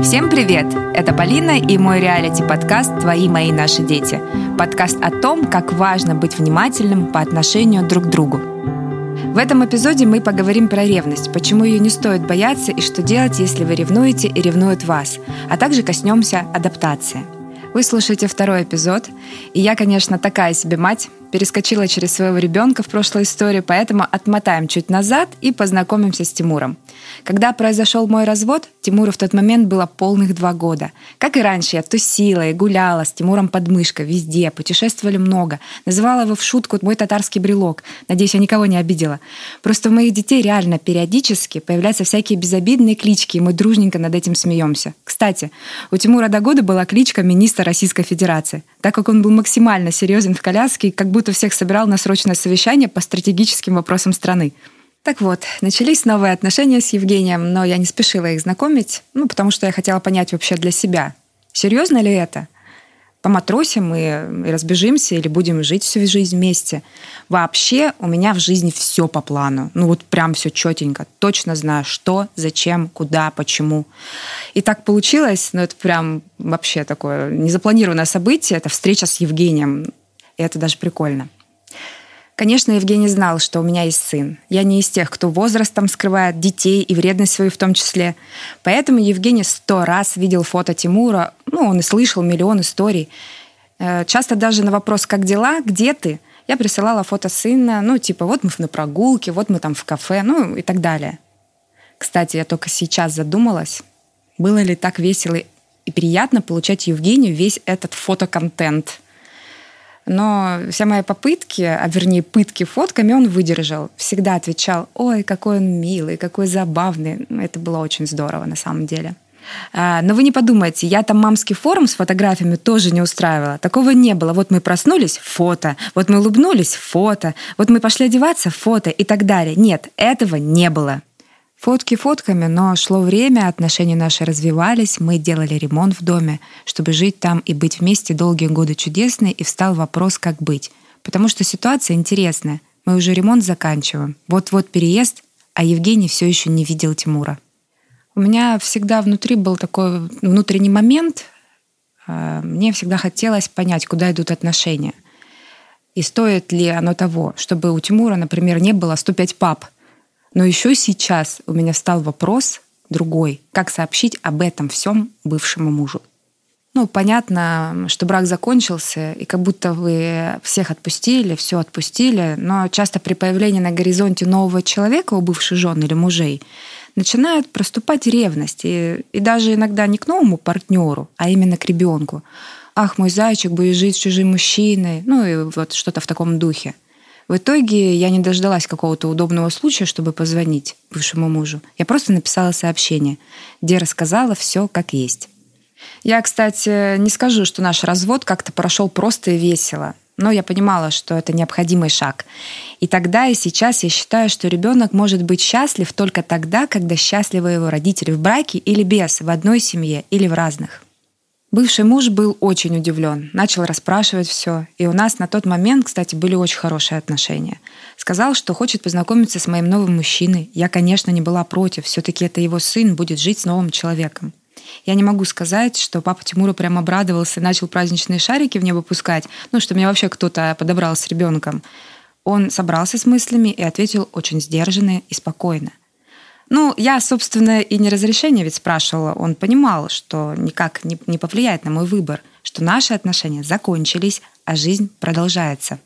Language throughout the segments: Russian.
Всем привет! Это Полина и мой реалити-подкаст «Твои, мои, наши дети». Подкаст о том, как важно быть внимательным по отношению друг к другу. В этом эпизоде мы поговорим про ревность, почему ее не стоит бояться и что делать, если вы ревнуете и ревнуют вас, а также коснемся адаптации. Вы слушаете второй эпизод, и я, конечно, такая себе мать, перескочила через своего ребенка в прошлой истории, поэтому отмотаем чуть назад и познакомимся с Тимуром. Когда произошел мой развод, Тимуру в тот момент было полных 2 года. Как и раньше, я тусила и гуляла с Тимуром под мышкой везде, путешествовали много. Называла его в шутку «мой татарский брелок». Надеюсь, я никого не обидела. Просто у моих детей реально периодически появляются всякие безобидные клички, и мы дружненько над этим смеемся. Кстати, у Тимура до года была кличка «Министр Российской Федерации», так как он был максимально серьезен в коляске и как будто всех собирал на срочное совещание по стратегическим вопросам страны. Так вот, начались новые отношения с Евгением, но я не спешила их знакомить, потому что я хотела понять вообще для себя, серьезно ли это? Поматросим и разбежимся или будем жить всю жизнь вместе? Вообще у меня в жизни все по плану. Прям все четенько. Точно знаю, что, зачем, куда, почему. И так получилось, это прям вообще такое незапланированное событие. Это встреча с Евгением. И это даже прикольно. Конечно, Евгений знал, что у меня есть сын. Я не из тех, кто возрастом скрывает детей и вредность свою в том числе. Поэтому Евгений 100 раз видел фото Тимура. Он и слышал миллион историй. Часто даже на вопрос «как дела? Где ты?» я присылала фото сына. Вот мы на прогулке, вот мы там в кафе, и так далее. Кстати, я только сейчас задумалась, было ли так весело и приятно получать Евгению весь этот фотоконтент. Но все мои попытки, пытки фотками он выдержал. Всегда отвечал: «Ой, какой он милый, какой забавный». Это было очень здорово на самом деле. Но вы не подумайте, я там мамский форум с фотографиями тоже не устраивала. Такого не было. Вот мы проснулись — фото. Вот мы улыбнулись — фото. Вот мы пошли одеваться — фото и так далее. Нет, этого не было. Фотки фотками, но шло время, отношения наши развивались, мы делали ремонт в доме, чтобы жить там и быть вместе долгие годы чудесные, и встал вопрос, как быть. Потому что ситуация интересная. Мы уже ремонт заканчиваем. Вот-вот переезд, а Евгений все еще не видел Тимура. У меня всегда внутри был такой внутренний момент. Мне всегда хотелось понять, куда идут отношения. И стоит ли оно того, чтобы у Тимура, например, не было 105 пап. Но еще сейчас у меня встал вопрос другой. Как сообщить об этом всем бывшему мужу? Понятно, что брак закончился, и как будто вы всех отпустили, все отпустили, но часто при появлении на горизонте нового человека у бывшей жены или мужей начинает проступать ревность. И даже иногда не к новому партнеру, а именно к ребенку. «Ах, мой зайчик будет жить с чужим мужчиной», и вот что-то в таком духе. В итоге я не дождалась какого-то удобного случая, чтобы позвонить бывшему мужу. Я просто написала сообщение, где рассказала все как есть. Я, кстати, не скажу, что наш развод как-то прошел просто и весело, но я понимала, что это необходимый шаг. И тогда, и сейчас я считаю, что ребенок может быть счастлив только тогда, когда счастливы его родители в браке или без, в одной семье или в разных. Бывший муж был очень удивлен, начал расспрашивать все. И у нас на тот момент, кстати, были очень хорошие отношения. Сказал, что хочет познакомиться с моим новым мужчиной. Я, конечно, не была против. Все-таки это его сын будет жить с новым человеком. Я не могу сказать, что папа Тимура прям обрадовался и начал праздничные шарики в небо пускать, что меня вообще кто-то подобрал с ребенком. Он собрался с мыслями и ответил очень сдержанно и спокойно. Я, собственно, и не разрешение ведь спрашивала. Он понимал, что никак не повлияет на мой выбор, что наши отношения закончились, а жизнь продолжается.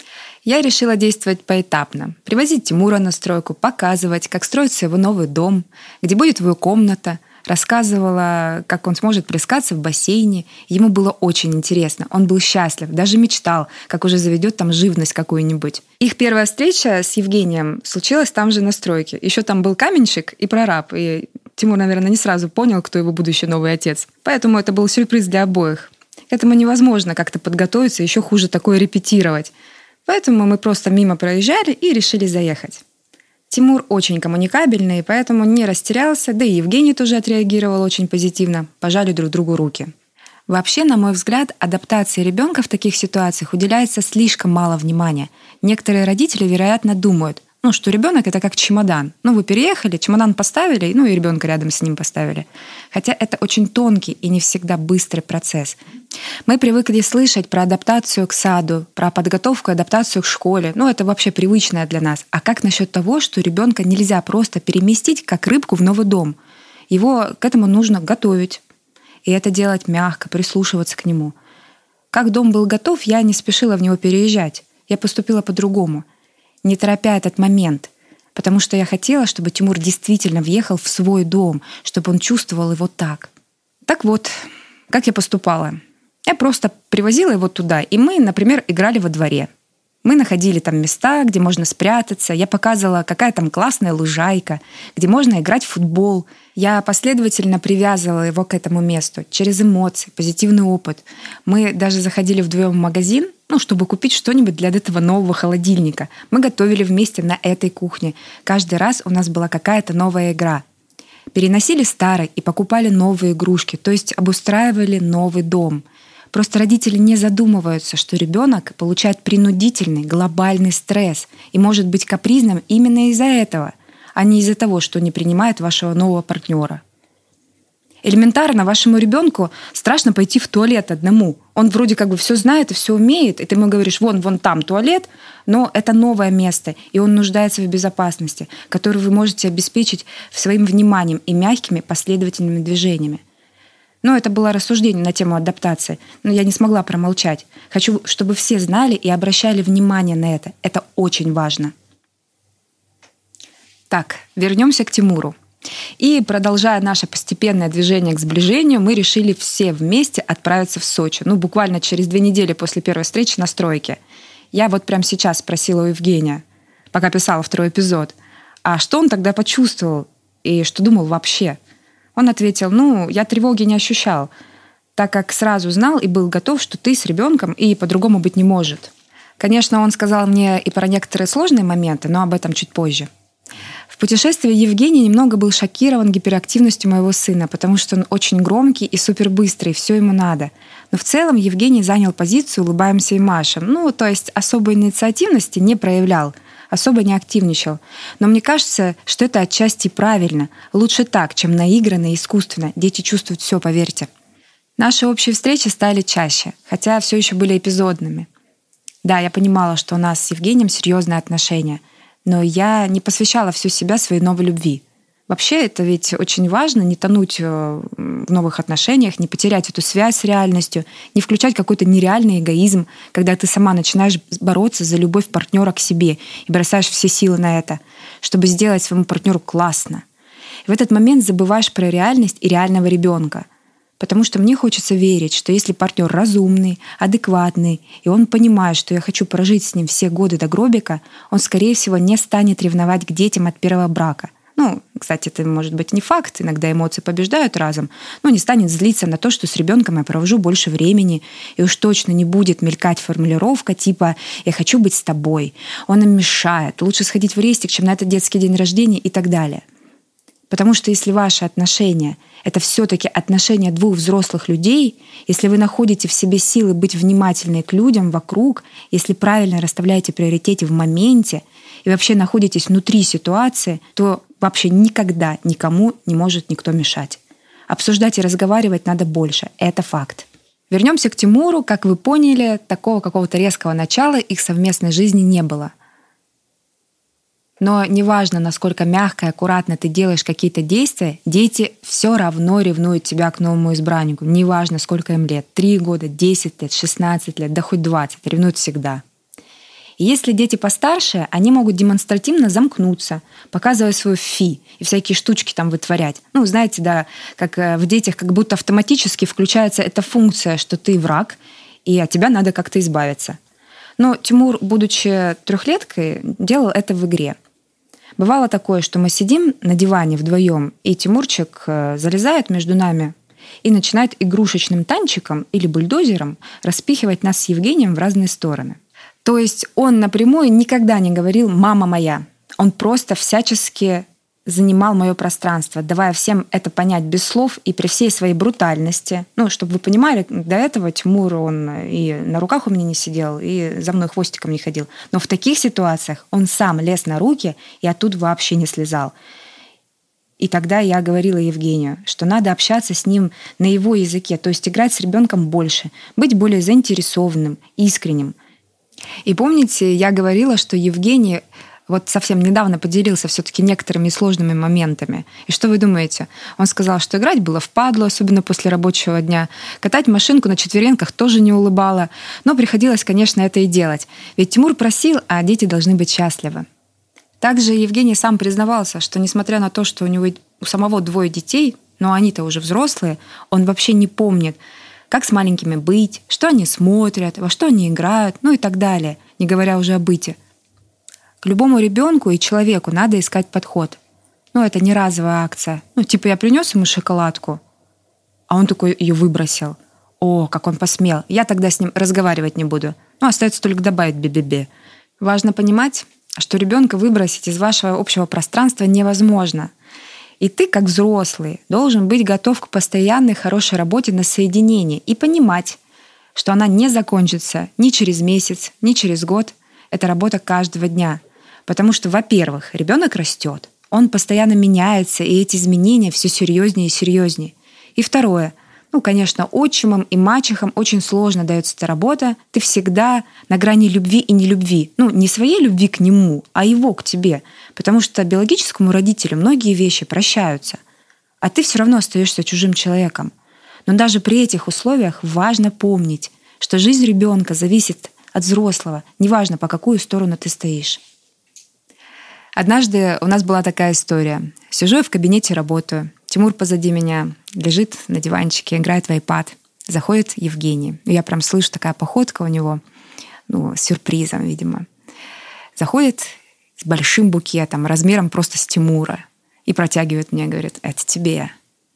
Я решила действовать поэтапно. Привозить Тимура на стройку, показывать, как строится его новый дом, где будет его комната. Рассказывала, как он сможет плескаться в бассейне. Ему было очень интересно. Он был счастлив, даже мечтал, как уже заведет там живность какую-нибудь. Их первая встреча с Евгением случилась там же на стройке. Еще там был каменщик и прораб. И Тимур, наверное, не сразу понял, кто его будущий новый отец. Поэтому это был сюрприз для обоих. К этому невозможно как-то подготовиться, еще хуже такое репетировать. Поэтому мы просто мимо проезжали и решили заехать. Тимур очень коммуникабельный, поэтому не растерялся, да и Евгений тоже отреагировал очень позитивно, пожали друг другу руки. Вообще, на мой взгляд, адаптации ребенка в таких ситуациях уделяется слишком мало внимания. Некоторые родители, вероятно, думают, что ребенок это как чемодан. Вы переехали, чемодан поставили, и ребенка рядом с ним поставили. Хотя это очень тонкий и не всегда быстрый процесс. Мы привыкли слышать про адаптацию к саду, про подготовку и адаптацию к школе. Это вообще привычное для нас. А как насчет того, что ребенка нельзя просто переместить, как рыбку, в новый дом? Его к этому нужно готовить. И это делать мягко, прислушиваться к нему. Как дом был готов, я не спешила в него переезжать. Я поступила по-другому, не торопя этот момент, потому что я хотела, чтобы Тимур действительно въехал в свой дом, чтобы он чувствовал его так. Так вот, как я поступала? Я просто привозила его туда, и мы, например, играли во дворе. Мы находили там места, где можно спрятаться. Я показывала, какая там классная лужайка, где можно играть в футбол. Я последовательно привязывала его к этому месту через эмоции, позитивный опыт. Мы даже заходили вдвоем в магазин, чтобы купить что-нибудь для этого нового холодильника. Мы готовили вместе на этой кухне. Каждый раз у нас была какая-то новая игра. Переносили старый и покупали новые игрушки, то есть обустраивали новый дом. Просто родители не задумываются, что ребенок получает принудительный глобальный стресс и может быть капризным именно из-за этого, а не из-за того, что не принимает вашего нового партнера. Элементарно вашему ребенку страшно пойти в туалет одному. Он вроде как бы все знает и все умеет, и ты ему говоришь, вон там туалет, но это новое место, и он нуждается в безопасности, которую вы можете обеспечить своим вниманием и мягкими последовательными движениями. Это было рассуждение на тему адаптации, но я не смогла промолчать. Хочу, чтобы все знали и обращали внимание на это. Это очень важно. Так, вернемся к Тимуру. И, продолжая наше постепенное движение к сближению, мы решили все вместе отправиться в Сочи. Буквально через 2 недели после первой встречи на стройке. Я прямо сейчас спросила у Евгения, пока писала 2-й эпизод, а что он тогда почувствовал и что думал вообще? Он ответил, я тревоги не ощущал, так как сразу знал и был готов, что ты с ребенком и по-другому быть не может. Конечно, он сказал мне и про некоторые сложные моменты, но об этом чуть позже. В путешествии Евгений немного был шокирован гиперактивностью моего сына, потому что он очень громкий и супербыстрый, все ему надо. Но в целом Евгений занял позицию «улыбаемся и машем». То есть особой инициативности не проявлял, особо не активничал. Но мне кажется, что это отчасти правильно. Лучше так, чем наигранно и искусственно. Дети чувствуют все, поверьте. Наши общие встречи стали чаще, хотя все еще были эпизодными. Да, я понимала, что у нас с Евгением серьезные отношения, но я не посвящала всю себя своей новой любви. Вообще, это ведь очень важно, не тонуть в новых отношениях, не потерять эту связь с реальностью, не включать какой-то нереальный эгоизм, когда ты сама начинаешь бороться за любовь партнера к себе и бросаешь все силы на это, чтобы сделать своему партнеру классно. И в этот момент забываешь про реальность и реального ребенка. Потому что мне хочется верить, что если партнер разумный, адекватный, и он понимает, что я хочу прожить с ним все годы до гробика, он, скорее всего, не станет ревновать к детям от первого брака. Кстати, это может быть не факт, иногда эмоции побеждают разом, но не станет злиться на то, что с ребенком я провожу больше времени, и уж точно не будет мелькать формулировка типа «я хочу быть с тобой», «он им мешает», «лучше сходить в рестик, чем на этот детский день рождения» и так далее. Потому что если ваши отношения — это все-таки отношения 2 взрослых людей, если вы находите в себе силы быть внимательны к людям вокруг, если правильно расставляете приоритеты в моменте и вообще находитесь внутри ситуации, то вообще никогда никому не может никто мешать. Обсуждать и разговаривать надо больше. Это факт. Вернемся к Тимуру. Как вы поняли, такого какого-то резкого начала их совместной жизни не было. Но неважно, насколько мягко и аккуратно ты делаешь какие-то действия, дети все равно ревнуют тебя к новому избраннику. Неважно, сколько им лет. 3 года, 10 лет, 16 лет, да хоть 20. Ревнуют всегда. И если дети постарше, они могут демонстративно замкнуться, показывая свою фи и всякие штучки там вытворять. Знаете, да, как в детях как будто автоматически включается эта функция, что ты враг, и от тебя надо как-то избавиться. Но Тимур, будучи 3-леткой, делал это в игре. Бывало такое, что мы сидим на диване вдвоем, и Тимурчик залезает между нами и начинает игрушечным танчиком или бульдозером распихивать нас с Евгением в разные стороны. То есть он напрямую никогда не говорил «мама моя». Он просто всячески занимал мое пространство, давая всем это понять без слов и при всей своей брутальности. Чтобы вы понимали, до этого Тимур, он и на руках у меня не сидел, и за мной хвостиком не ходил. Но в таких ситуациях он сам лез на руки и оттуда вообще не слезал. И тогда я говорила Евгению, что надо общаться с ним на его языке, то есть играть с ребенком больше, быть более заинтересованным, искренним. И помните, я говорила, что Евгений совсем недавно поделился все-таки некоторыми сложными моментами. И что вы думаете? Он сказал, что играть было впадло, особенно после рабочего дня. Катать машинку на четвереньках тоже не улыбало. Но приходилось, конечно, это и делать. Ведь Тимур просил, а дети должны быть счастливы. Также Евгений сам признавался, что несмотря на то, что у него у самого 2 детей, но они-то уже взрослые, он вообще не помнит, как с маленькими быть, что они смотрят, во что они играют, и так далее, не говоря уже о быте. К любому ребенку и человеку надо искать подход. Это не разовая акция. Я принес ему шоколадку, а он такой ее выбросил. О, как он посмел. Я тогда с ним разговаривать не буду. Остается только добавить бе-бе-бе. Важно понимать, что ребенка выбросить из вашего общего пространства невозможно. И ты, как взрослый, должен быть готов к постоянной хорошей работе на соединении и понимать, что она не закончится ни через месяц, ни через год. Это работа каждого дня. Потому что, во-первых, ребенок растет, он постоянно меняется, и эти изменения все серьезнее и серьезнее. И второе, конечно, отчимам и мачехам очень сложно дается эта работа. Ты всегда на грани любви и нелюбви. Не своей любви к нему, а его к тебе. Потому что биологическому родителю многие вещи прощаются, а ты все равно остаешься чужим человеком. Но даже при этих условиях важно помнить, что жизнь ребенка зависит от взрослого, неважно, по какую сторону ты стоишь. Однажды у нас была такая история. Сижу я в кабинете, работаю. Тимур позади меня лежит на диванчике, играет в iPad. Заходит Евгений. Я прям слышу, такая походка у него, с сюрпризом, видимо. Заходит с большим букетом, размером просто с Тимура. И протягивает мне, говорит: «Это тебе».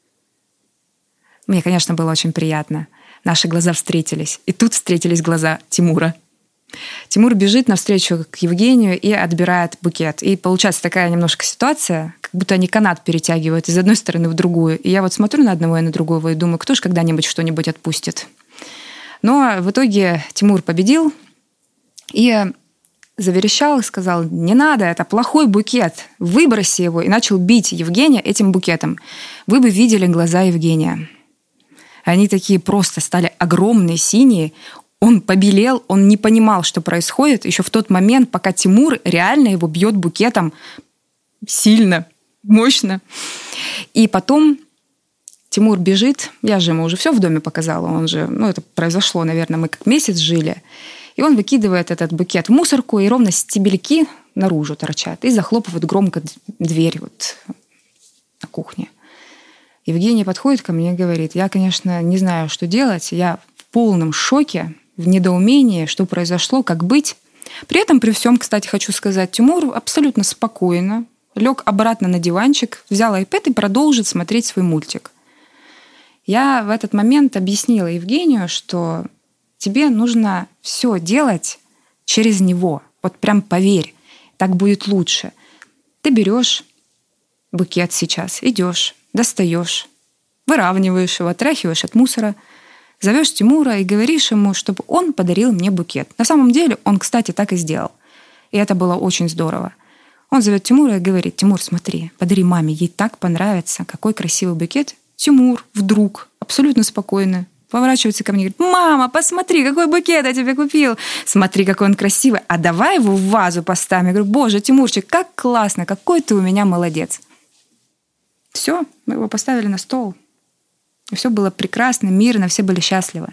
Мне, конечно, было очень приятно. Наши глаза встретились. И тут встретились глаза Тимура. Тимур бежит навстречу к Евгению и отбирает букет. И получается такая немножко ситуация, как будто они канат перетягивают из одной стороны в другую. И я смотрю на одного и на другого и думаю, кто ж когда-нибудь что-нибудь отпустит. Но в итоге Тимур победил и заверещал и сказал: «Не надо, это плохой букет, выброси его». И начал бить Евгения этим букетом. Вы бы видели глаза Евгения. Они такие просто стали огромные, синие. Он побелел, он не понимал, что происходит еще в тот момент, пока Тимур реально его бьет букетом сильно, мощно. И потом Тимур бежит, я же ему уже все в доме показала, он же, это произошло, наверное, мы как месяц жили. И он выкидывает этот букет в мусорку, и ровно стебельки наружу торчат, и захлопывает громко дверь на кухне. Евгений подходит ко мне и говорит: «Я, конечно, не знаю, что делать, я в полном шоке, в недоумении, что произошло, как быть». При этом, при всем, кстати, хочу сказать, Тимур абсолютно спокойно лег обратно на диванчик, взял iPad и продолжит смотреть свой мультик. Я в этот момент объяснила Евгению, что тебе нужно все делать через него. Прям поверь, так будет лучше. Ты берешь букет сейчас, идешь, достаешь, выравниваешь его, отряхиваешь от мусора, зовешь Тимура и говоришь ему, чтобы он подарил мне букет. На самом деле он, кстати, так и сделал. И это было очень здорово. Он зовет Тимура и говорит: «Тимур, смотри, подари маме, ей так понравится, какой красивый букет». Тимур вдруг абсолютно спокойно поворачивается ко мне и говорит: «Мама, посмотри, какой букет я тебе купил. Смотри, какой он красивый. А давай его в вазу поставим». Я говорю: «Боже, Тимурчик, как классно, какой ты у меня молодец». Все, мы его поставили на стол. И все было прекрасно, мирно, все были счастливы.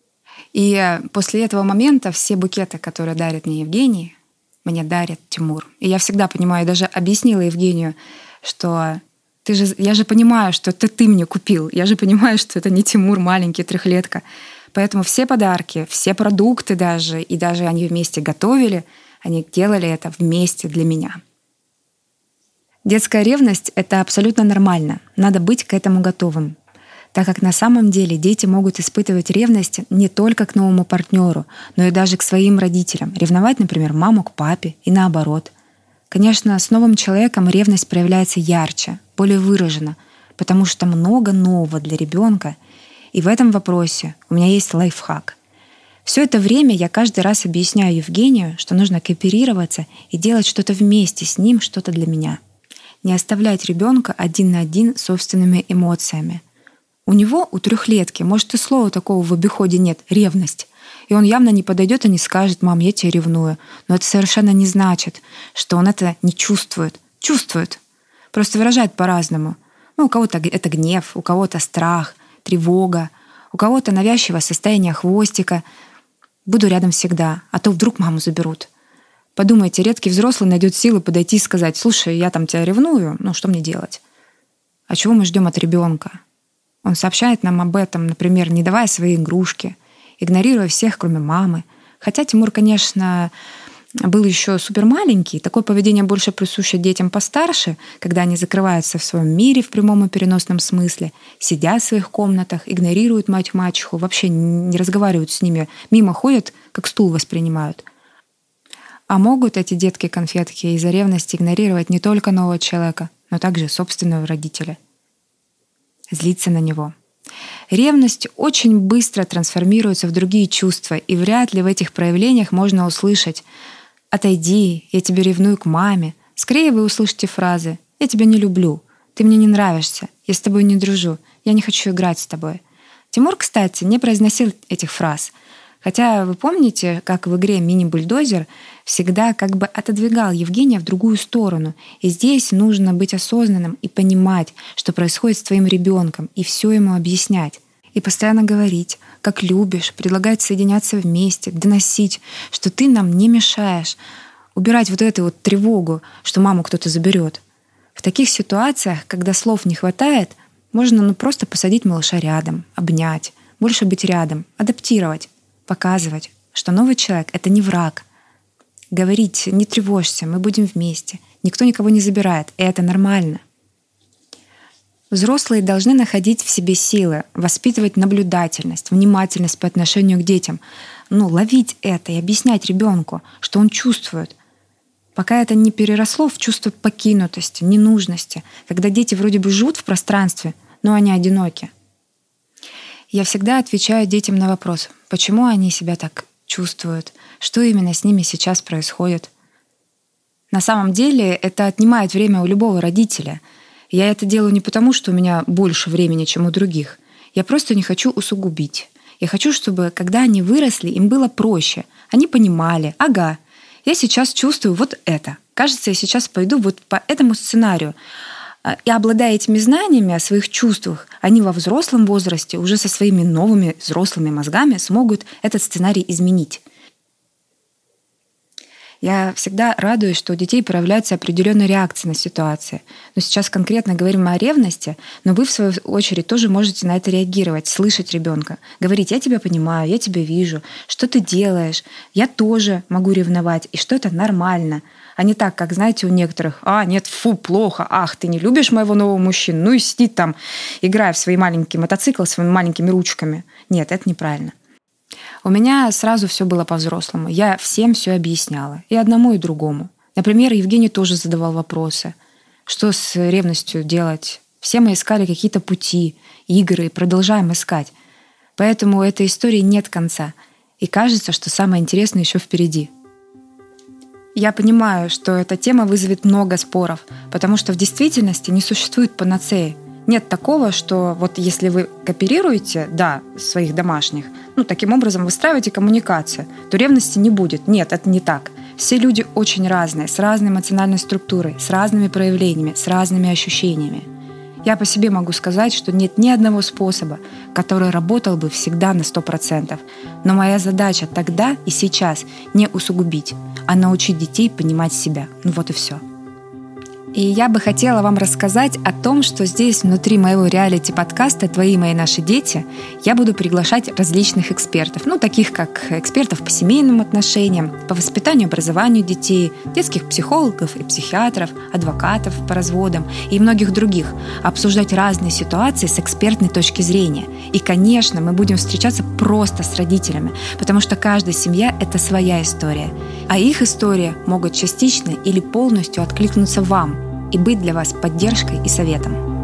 И после этого момента все букеты, которые дарит мне Евгений, мне дарит Тимур. И я всегда понимаю, я даже объяснила Евгению, что я же понимаю, что это ты мне купил. Я же понимаю, что это не Тимур маленький, 3-летка. Поэтому все подарки, все продукты даже, и даже они вместе готовили, они делали это вместе для меня. Детская ревность — это абсолютно нормально. Надо быть к этому готовым. Так как на самом деле дети могут испытывать ревность не только к новому партнеру, но и даже к своим родителям. Ревновать, например, маму к папе и наоборот. Конечно, с новым человеком ревность проявляется ярче, более выраженно, потому что много нового для ребенка, и в этом вопросе у меня есть лайфхак. Все это время я каждый раз объясняю Евгению, что нужно кооперироваться и делать что-то вместе с ним, что-то для меня. Не оставлять ребенка один на один с собственными эмоциями. У него, у трехлетки, может, и слова такого в обиходе нет — ревность. И он явно не подойдет и не скажет: «Мам, я тебя ревную». Но это совершенно не значит, что он это не чувствует. Чувствует. Просто выражает по-разному. У кого-то это гнев, у кого-то страх, тревога, у кого-то навязчивое состояние хвостика. Буду рядом всегда, а то вдруг маму заберут. Подумайте, редкий взрослый найдет силы подойти и сказать: «Слушай, я там тебя ревную, что мне делать?» А чего мы ждем от ребенка? Он сообщает нам об этом, например, не давая свои игрушки, игнорируя всех, кроме мамы. Хотя Тимур, конечно, был еще супер маленький. Такое поведение больше присуще детям постарше, когда они закрываются в своем мире в прямом и переносном смысле, сидят в своих комнатах, игнорируют мать-мачеху, вообще не разговаривают с ними, мимо ходят, как стул воспринимают. А могут эти детки-конфетки из-за ревности игнорировать не только нового человека, но также собственного родителя. Злиться на него. Ревность очень быстро трансформируется в другие чувства, и вряд ли в этих проявлениях можно услышать: «Отойди, я тебя ревную к маме». Скорее вы услышите фразы: «Я тебя не люблю», «Ты мне не нравишься», «Я с тобой не дружу», «Я не хочу играть с тобой». Тимур, кстати, не произносил этих фраз. Хотя вы помните, как в игре «Мини-бульдозер» всегда как бы отодвигал Евгения в другую сторону. И здесь нужно быть осознанным и понимать, что происходит с твоим ребенком, и все ему объяснять. И постоянно говорить, как любишь, предлагать соединяться вместе, доносить, что ты нам не мешаешь, убирать вот эту вот тревогу, что маму кто-то заберет. В таких ситуациях, когда слов не хватает, можно просто посадить малыша рядом, обнять, больше быть рядом, адаптировать. Показывать, что новый человек — это не враг. Говорить: «Не тревожься, мы будем вместе». Никто никого не забирает, и это нормально. Взрослые должны находить в себе силы, воспитывать наблюдательность, внимательность по отношению к детям. Ловить это и объяснять ребенку, что он чувствует. Пока это не переросло в чувство покинутости, ненужности, когда дети вроде бы живут в пространстве, но они одиноки. Я всегда отвечаю детям на вопрос, почему они себя так чувствуют, что именно с ними сейчас происходит. На самом деле это отнимает время у любого родителя. Я это делаю не потому, что у меня больше времени, чем у других. Я просто не хочу усугубить. Я хочу, чтобы, когда они выросли, им было проще. Они понимали: ага, я сейчас чувствую вот это. Кажется, я сейчас пойду вот по этому сценарию. И обладая этими знаниями о своих чувствах, они во взрослом возрасте уже со своими новыми взрослыми мозгами смогут этот сценарий изменить. Я всегда радуюсь, что у детей проявляется определенная реакция на ситуации. Но сейчас конкретно говорим о ревности, но вы, в свою очередь, тоже можете на это реагировать, слышать ребенка, говорить: «Я тебя понимаю, я тебя вижу, что ты делаешь, я тоже могу ревновать, и что это нормально». А не так, как, знаете, у некоторых: нет, фу, плохо, ах, ты не любишь моего нового мужчину, и сиди там, играя в свои маленькие мотоциклы своими маленькими ручками. Нет, это неправильно. У меня сразу все было по-взрослому. Я всем все объясняла. И одному, и другому. Например, Евгений тоже задавал вопросы. Что с ревностью делать? Все мы искали какие-то пути, игры, и продолжаем искать. Поэтому у этой истории нет конца. И кажется, что самое интересное еще впереди. Я понимаю, что эта тема вызовет много споров, потому что в действительности не существует панацеи. Нет такого, что вот если вы кооперируете, своих домашних, таким образом выстраиваете коммуникацию, то ревности не будет. Нет, это не так. Все люди очень разные, с разной эмоциональной структурой, с разными проявлениями, с разными ощущениями. Я по себе могу сказать, что нет ни одного способа, который работал бы всегда на 100%. Но моя задача тогда и сейчас не усугубить, а научить детей понимать себя. Вот и все. И я бы хотела вам рассказать о том, что здесь, внутри моего реалити-подкаста «Твои, мои, наши дети», я буду приглашать различных экспертов, таких как экспертов по семейным отношениям, по воспитанию и образованию детей, детских психологов и психиатров, адвокатов по разводам и многих других, обсуждать разные ситуации с экспертной точки зрения. И, конечно, мы будем встречаться просто с родителями, потому что каждая семья — это своя история, а их истории могут частично или полностью откликнуться вам и быть для вас поддержкой и советом.